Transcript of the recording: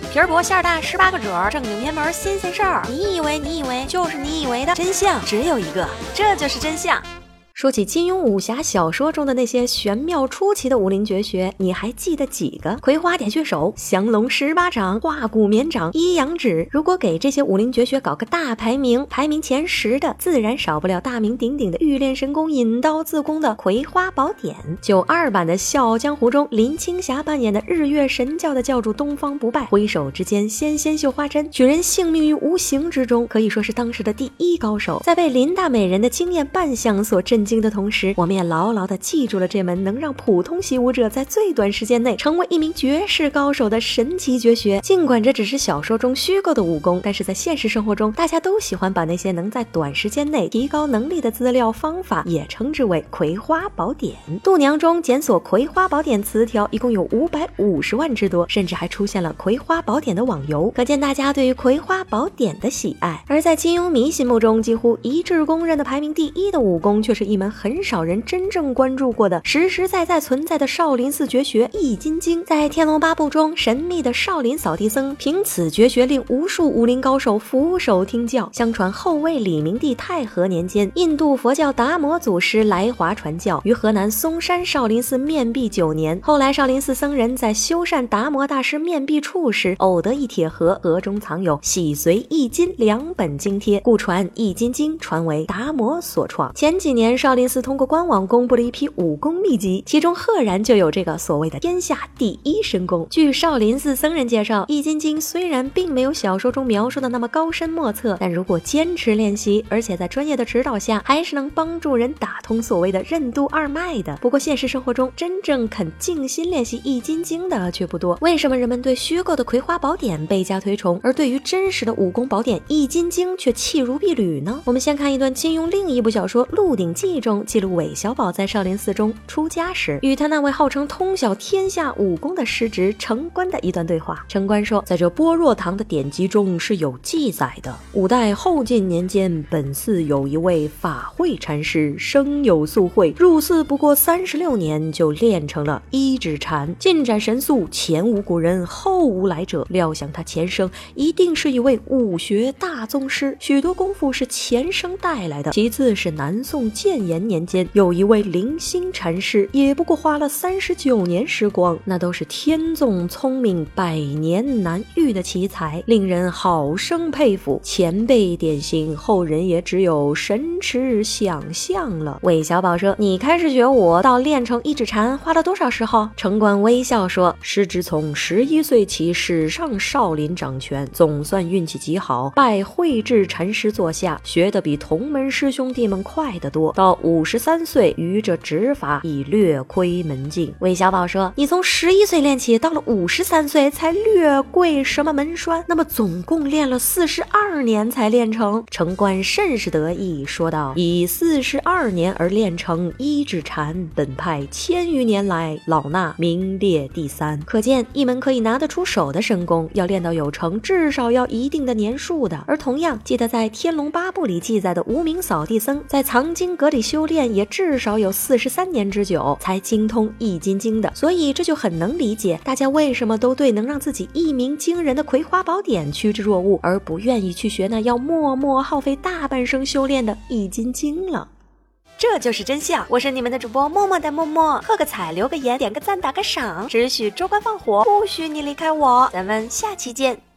皮儿薄馅儿大，18个褶，正经偏门新鲜事儿。你以为就是你以为的真相只有一个，这就是真相。说起金庸武侠小说中的那些玄妙出奇的武林绝学，你还记得几个？葵花点穴手、降龙18掌、化骨绵掌、一阳指。如果给这些武林绝学搞个大排名，排名前10的，自然少不了大名鼎鼎的御练神功引刀自宫的葵花宝典。92版的《笑傲江湖》中，林青霞扮演的日月神教的教主东方不败，挥手之间纤纤绣花针，取人性命于无形之中，可以说是当时的第一高手。在被林大美人的惊艳扮相所震惊的同时，我们也牢牢地记住了这门能让普通习武者在最短时间内成为一名绝世高手的神奇绝学。尽管这只是小说中虚构的武功，但是在现实生活中，大家都喜欢把那些能在短时间内提高能力的资料方法也称之为葵花宝典。度娘中检索葵花宝典词条一共有550万之多，甚至还出现了葵花宝典的网游，可见大家对于葵花宝典的喜爱。而在金庸迷心目中几乎一致公认的排名第一的武功，却是一门很少人真正关注过的实实在在存在的少林寺绝学易筋经。在天龙八部中，神秘的少林扫地僧凭此绝学令无数武林高手俯首听教。相传后魏李明帝太和年间，印度佛教达摩祖师来华传教，于河南嵩山少林寺面壁9年。后来少林寺僧人在修缮达摩大师面壁处时，偶得一铁盒，盒中藏有洗髓易筋2本经帖，故传易筋经传为达摩所创。前几年少林寺通过官网公布了一批武功秘籍，其中赫然就有这个所谓的天下第一神功。据少林寺僧人介绍，易筋经虽然并没有小说中描述的那么高深莫测，但如果坚持练习，而且在专业的指导下，还是能帮助人打通所谓的任督二脉的。不过现实生活中真正肯静心练习易筋经的却不多。为什么人们对虚构的葵花宝典倍加推崇，而对于真实的武功宝典易筋经却弃如敝履呢？我们先看一段金庸另一部小说《鹿鼎记》中记录韦小宝在少林寺中出家时，与他那位号称通晓天下武功的师侄城关的一段对话。城关说，在这般若堂的典籍中是有记载的，5代后晋年间，本寺有一位法会禅师，生有素慧，入寺不过36年就练成了一指禅，进展神速，前无古人后无来者。料想他前生一定是一位武学大宗师，许多功夫是前生带来的。其次是南宋建炎年间，有一位灵心禅师，也不过花了39年时光，那都是天纵聪明，百年难遇的奇才，令人好生佩服。前辈典型，后人也只有神驰想象了。韦小宝说，你开始学武到练成一指禅花了多少时候？城关微笑说，师侄从11岁起驶上少林掌拳，总算运气极好，拜慧智禅师座下，学得比同门师兄弟们快得多，到53岁于这指法已略窥门径。韦小宝说，你从11岁练起，到了53岁才略跪什么门栓，那么总共练了42年才练成。城关甚是得意，说道，以42年而练成一指禅，本派1000余年来老衲名列第3。可见一门可以拿得出手的神功，要练到有成，至少要一定的年数的。而同样记得在天龙八部里记载的无名扫地僧，在藏经阁里修炼也至少有43年之久才精通易筋经的。所以这就很能理解大家为什么都对能让自己一鸣惊人的葵花宝典趋之若鹜，而不愿意去学那要默默耗费大半生修炼的易筋经了。这就是真相，我是你们的主播默默的默默，喝个彩，留个言，点个赞，打个赏，只许州官放火，不许你离开我，咱们下期见。